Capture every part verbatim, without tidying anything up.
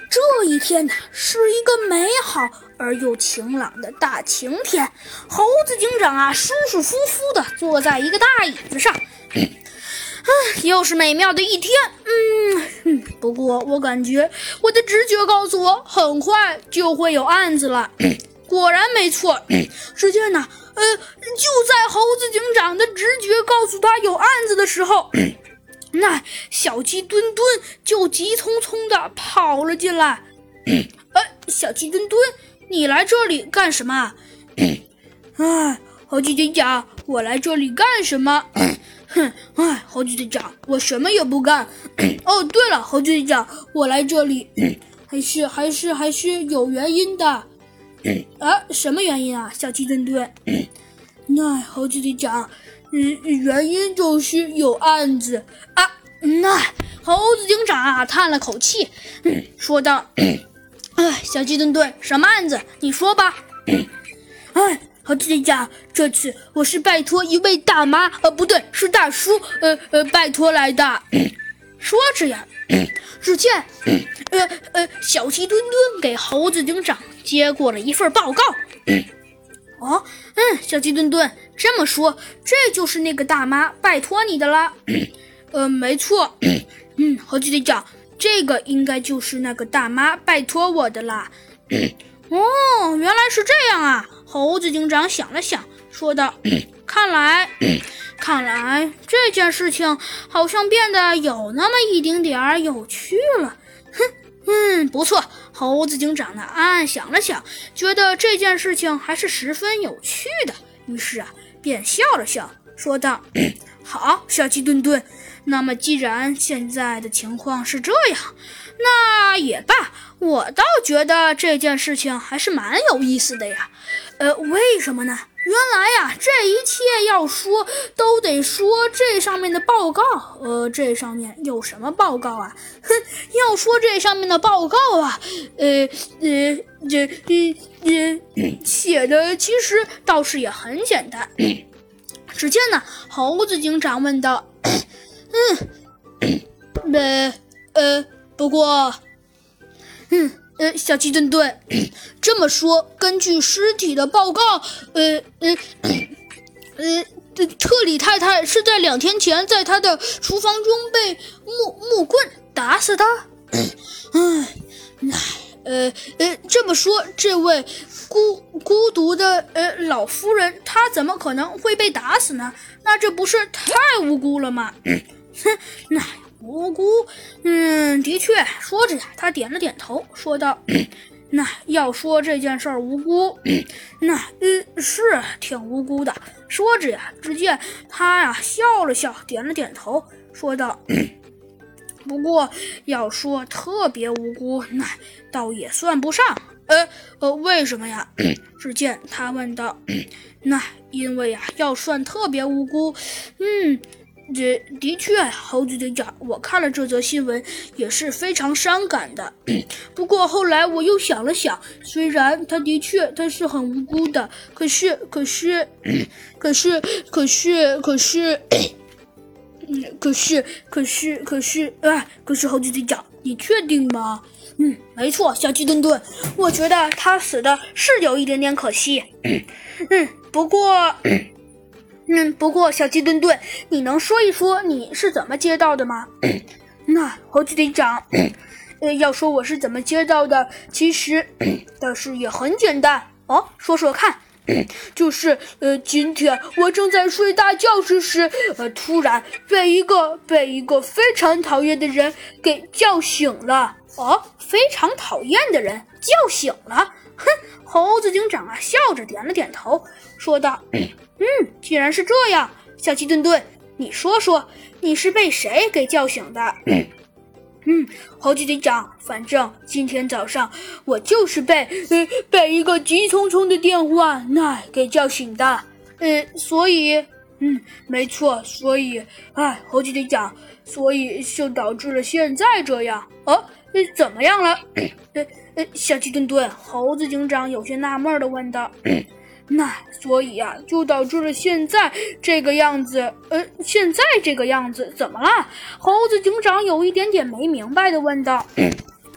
这一天呢，是一个美好而又晴朗的大晴天。猴子警长啊，舒舒服服地坐在一个大椅子上。嗯，又是美妙的一天。嗯嗯，不过我感觉我的直觉告诉我，很快就会有案子了。嗯、果然没错。嗯、只见呢，呃，就在猴子警长的直觉告诉他有案子的时候。嗯那小鸡墩墩就急匆匆地跑了进来。嗯、呃，小鸡墩墩，你来这里干什么？嗯、哎，猴子警长，我来这里干什么？嗯、哼，哎，猴子警长，我什么也不干。嗯、哦，对了，猴子警长，我来这里，嗯、还是还是还是有原因的。嗯、啊，什么原因啊，小鸡墩墩？嗯、那猴子警长。嗯，原因就是有案子啊。那猴子警长啊叹了口气，嗯，说道：“哎，小鸡墩墩，什么案子？你说吧。”嗯，哎，猴子警长，这次我是拜托一位大妈，呃，不对，是大叔，呃呃，拜托来的。嗯、说着呀，嗯、只见，嗯、呃呃，小鸡墩墩给猴子警长接过了一份报告。嗯哦，嗯，小鸡墩墩，这么说，这就是那个大妈拜托你的啦？嗯、呃，没错。嗯，嗯猴子警长，这个应该就是那个大妈拜托我的啦。嗯，哦，原来是这样啊！猴子警长想了想，说道：“嗯、看来，嗯、看来这件事情好像变得有那么一丁点儿有趣了。”哼。嗯，不错。猴子警长呢，暗暗想了想，觉得这件事情还是十分有趣的，于是啊，便笑了笑，说道：“嗯、好，小鸡墩墩，那么既然现在的情况是这样，那也罢，我倒觉得这件事情还是蛮有意思的呀。呃，为什么呢？原来呀，这一切要说都得说这上面的报告。呃，这上面有什么报告啊？哼，要说这上面的报告啊，呃呃，这呃呃写的其实倒是也很简单。只见呢，猴子警长问道：“嗯，呃呃，不过，嗯。”呃，小鸡墩墩，这么说，根据尸体的报告，呃呃呃，特里太太是在两天前在她的厨房中被木木棍打死的。嗯，呃呃，这么说，这位孤孤独的呃老夫人，她怎么可能会被打死呢？那这不是太无辜了吗？哼，那。无辜，嗯，的确。说着呀，他点了点头，说道：“嗯、那要说这件事儿无辜，嗯、那呃是挺无辜的。”说着呀，只见他呀笑了笑，点了点头，说道：“嗯、不过要说特别无辜，那倒也算不上。呃呃，为什么呀？”嗯、只见他问道：“嗯、那因为呀，要算特别无辜，嗯。”这的确，猴子警长，我看了这则新闻也是非常伤感的。不过后来我又想了想，虽然他的确他是很无辜的，可是可是可是可是可是可是可是可是啊！可是猴子警长，你确定吗？嗯，没错，小鸡墩墩，我觉得他死的是有一点点可惜。嗯，不过。嗯，不过小鸡墩墩，你能说一说你是怎么接到的吗？嗯、那猴子警长，嗯、呃，要说我是怎么接到的，其实，嗯、但是也很简单哦，说说看。嗯、就是呃，今天我正在睡大觉之时，呃，突然被一个被一个非常讨厌的人给叫醒了。哦，非常讨厌的人叫醒了。哼，猴子警长啊，笑着点了点头，说道：“嗯。”嗯，既然是这样，小鸡墩墩，你说说，你是被谁给叫醒的？嗯，嗯猴子警长，反正今天早上我就是被呃被一个急匆匆的电话那给叫醒的。呃，所以，嗯，没错，所以，哎，猴子警长，所以就导致了现在这样。哦，呃，怎么样了？呃呃，小鸡墩墩，猴子警长有些纳闷的问道。嗯那所以啊，就导致了现在这个样子。呃，现在这个样子怎么了？猴子警长有一点点没明白的问道。嗯，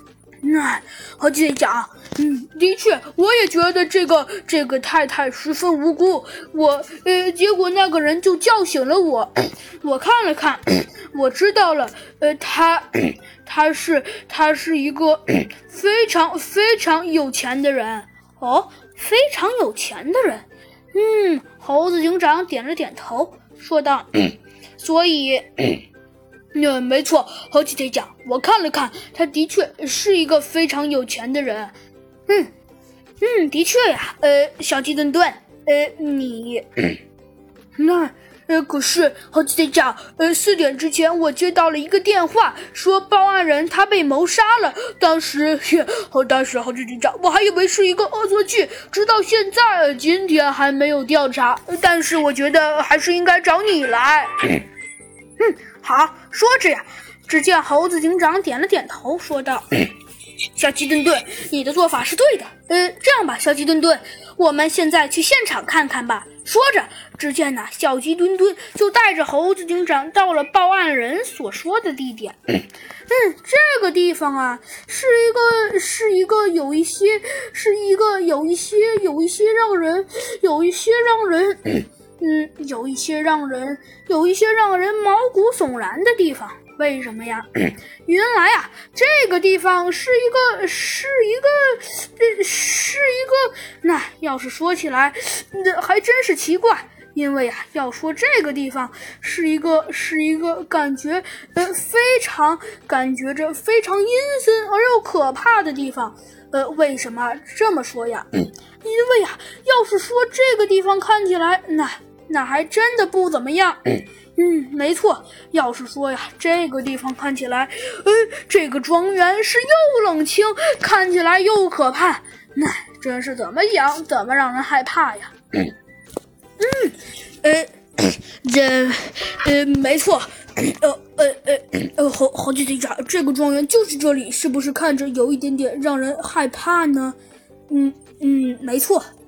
那猴子队长，嗯，的确，我也觉得这个这个太太十分无辜。我呃，结果那个人就叫醒了我，我看了看，我知道了，呃，他他是他是一个非常非常有钱的人哦，非常有钱的人。嗯，猴子警长点了点头，说道：“所以。”嗯，没错，猴子队长，我看了看，他的确是一个非常有钱的人。嗯，嗯，的确呀。呃，小鸡墩墩，呃，你，那，呃，可是猴子队长，呃，四点之前我接到了一个电话，说报案人他被谋杀了。当时，哦，当时猴子队长，我还以为是一个恶作剧，直到现在，今天还没有调查。但是我觉得还是应该找你来。嗯，好，说着呀，只见猴子警长点了点头，说道：“小鸡墩墩，你的做法是对的。呃，这样吧，小鸡墩墩，我们现在去现场看看吧。”说着，只见呢，小鸡墩墩就带着猴子警长到了报案人所说的地点。嗯，这个地方啊，是一个是一个有一些是一个有一些有一些让人有一些让人。嗯，有一些让人有一些让人毛骨悚然的地方。为什么呀？原来啊，这个地方是一个是一个呃是一个，那要是说起来，那还真是奇怪。因为啊，要说这个地方是一个是一个感觉呃非常感觉着非常阴森而又可怕的地方。呃，为什么这么说呀？因为啊，要是说这个地方看起来那。那还真的不怎么样。嗯，没错。要是说呀，这个地方看起来，呃，这个庄园是又冷清，看起来又可怕，那真是怎么讲怎么让人害怕呀。嗯，呃，这，呃，没错。呃呃呃呃，猴猴子队长，这个庄园就是这里，是不是看着有一点点让人害怕呢？嗯嗯，没错，